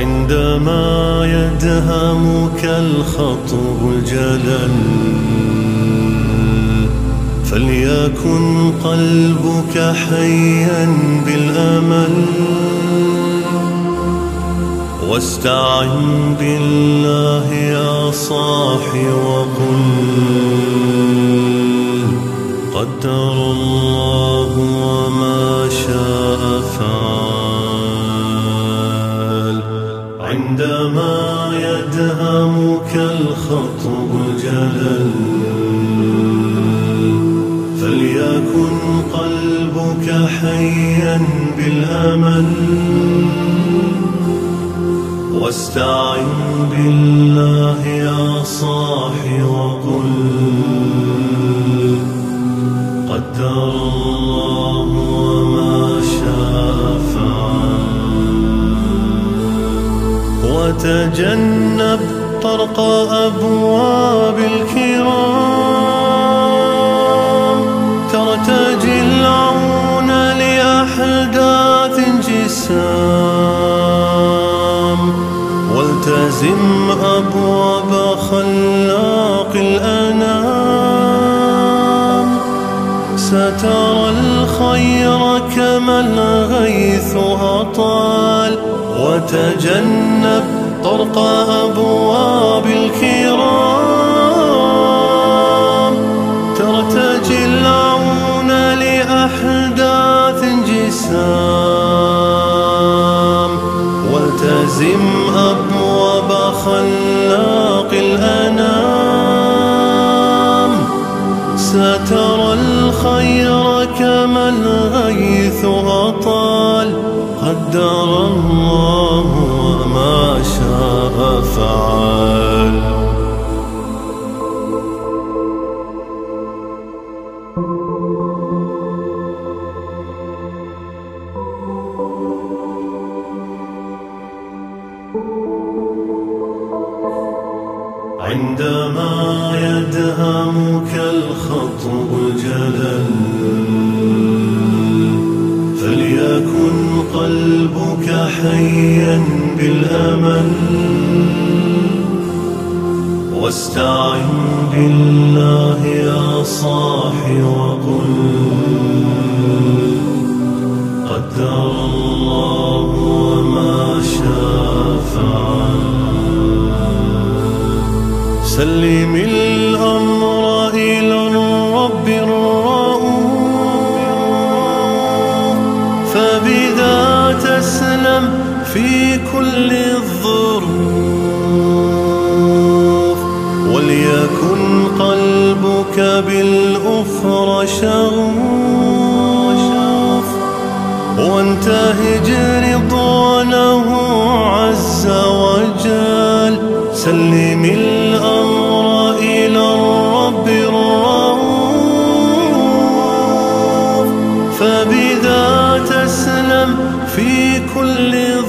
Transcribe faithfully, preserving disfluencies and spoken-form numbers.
عندما يدهمك الخطب الجلل فليكن قلبك حيا بالأمل واستعن بالله يا صاحي وقل قدر الله وما شاء فعل. عندما يدهمك الخطب الجلل فليكن قلبك حيا بالأمل واستعن بالله يا صاحي وقل قدر الله وما شاء فعل. وتجنب طرق أبواب الكرام ترتجي العون لأحداث انجسام والتزم أبواب خلاق الأنام سترى الخير كما الغيث أطال. وتجنب طرق أبواب الكرام ترتجي العون لأحداث انجسام والتزم أبواب خلاق الأنام سترى الخير كما الغيث أطال. قدر الله وما شاء فعل. عندما يدهمك الخطب الجلل فليكن قلبك حيا بالأمل واستعن بالله يا صاحي وقل قدر الله وما شاء فعل. سلم الأمر إلى الرب الرؤوف فبذا تسلم في كل الظروف وليكن قلبك بالأخرى شغوف وانتهج رضوانه عز وجل. سلم الأمر إلى الرب الرؤوف فبذا تسلم في كل